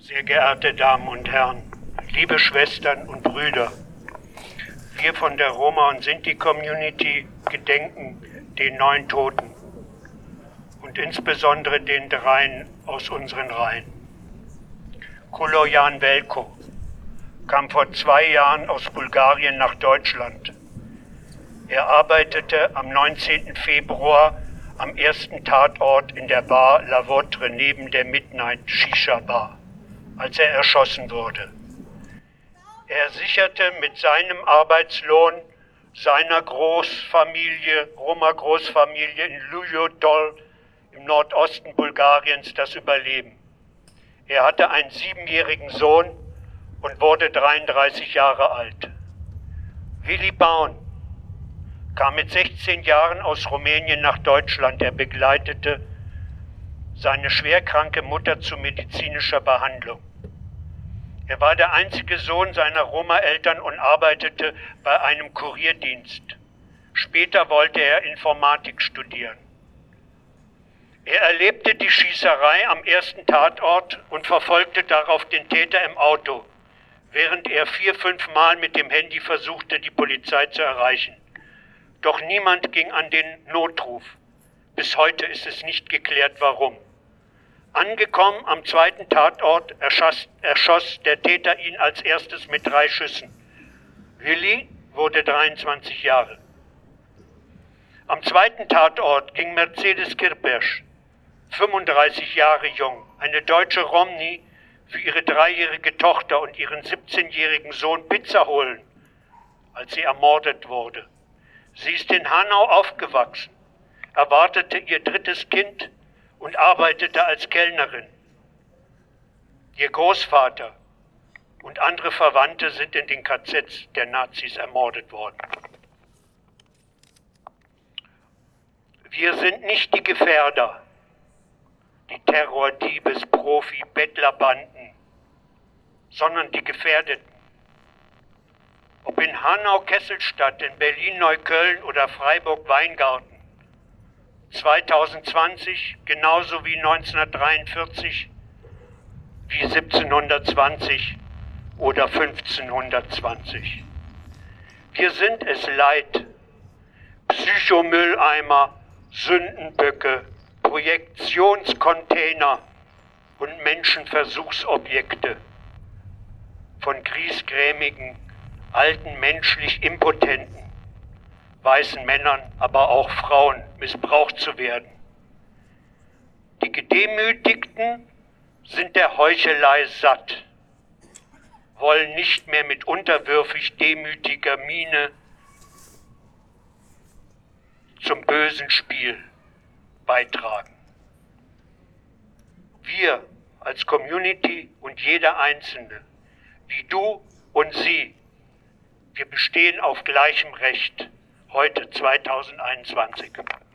Sehr geehrte Damen und Herren, liebe Schwestern und Brüder, wir von der Roma- und Sinti-Community gedenken den 9 Toten und insbesondere den 3 aus unseren Reihen. Kuloyan Velko kam vor 2 Jahren aus Bulgarien nach Deutschland. Er arbeitete am 19. Februar am ersten Tatort in der Bar La Vôtre neben der Midnight Shisha Bar, als er erschossen wurde. Er sicherte mit seinem Arbeitslohn seiner Großfamilie, Roma-Großfamilie in Lujodol im Nordosten Bulgariens das Überleben. Er hatte einen 7-jährigen Sohn und wurde 33 Jahre alt. Willi Baun kam mit 16 Jahren aus Rumänien nach Deutschland. Er begleitete seine schwerkranke Mutter zu medizinischer Behandlung. Er war der einzige Sohn seiner Roma-Eltern und arbeitete bei einem Kurierdienst. Später wollte er Informatik studieren. Er erlebte die Schießerei am ersten Tatort und verfolgte darauf den Täter im Auto, während er 4-5 Mal mit dem Handy versuchte, die Polizei zu erreichen. Doch niemand ging an den Notruf. Bis heute ist es nicht geklärt, warum. Angekommen am zweiten Tatort erschoss der Täter ihn als erstes mit 3 Schüssen. Willi wurde 23 Jahre. Am zweiten Tatort ging Mercedes Kirpesch, 35 Jahre jung, eine deutsche Romni, für ihre 3-jährige Tochter und ihren 17-jährigen Sohn Pizza holen, als sie ermordet wurde. Sie ist in Hanau aufgewachsen, erwartete ihr 3. Kind und arbeitete als Kellnerin. Ihr Großvater und andere Verwandte sind in den KZs der Nazis ermordet worden. Wir sind nicht die Gefährder, die Terrordiebes, Profi, Bettlerbanden, sondern die Gefährdeten. Ob in Hanau-Kesselstadt, in Berlin-Neukölln oder Freiburg-Weingarten. 2020 genauso wie 1943, wie 1720 oder 1520. Wir sind es leid, Psychomülleimer, Sündenböcke, Projektionscontainer und Menschenversuchsobjekte von griesgrämigen, alten, menschlich impotenten, weißen Männern, aber auch Frauen missbraucht zu werden. Die Gedemütigten sind der Heuchelei satt, wollen nicht mehr mit unterwürfig demütiger Miene zum bösen Spiel beitragen. Wir als Community und jeder Einzelne, wie du und sie, wir bestehen auf gleichem Recht, heute 2021.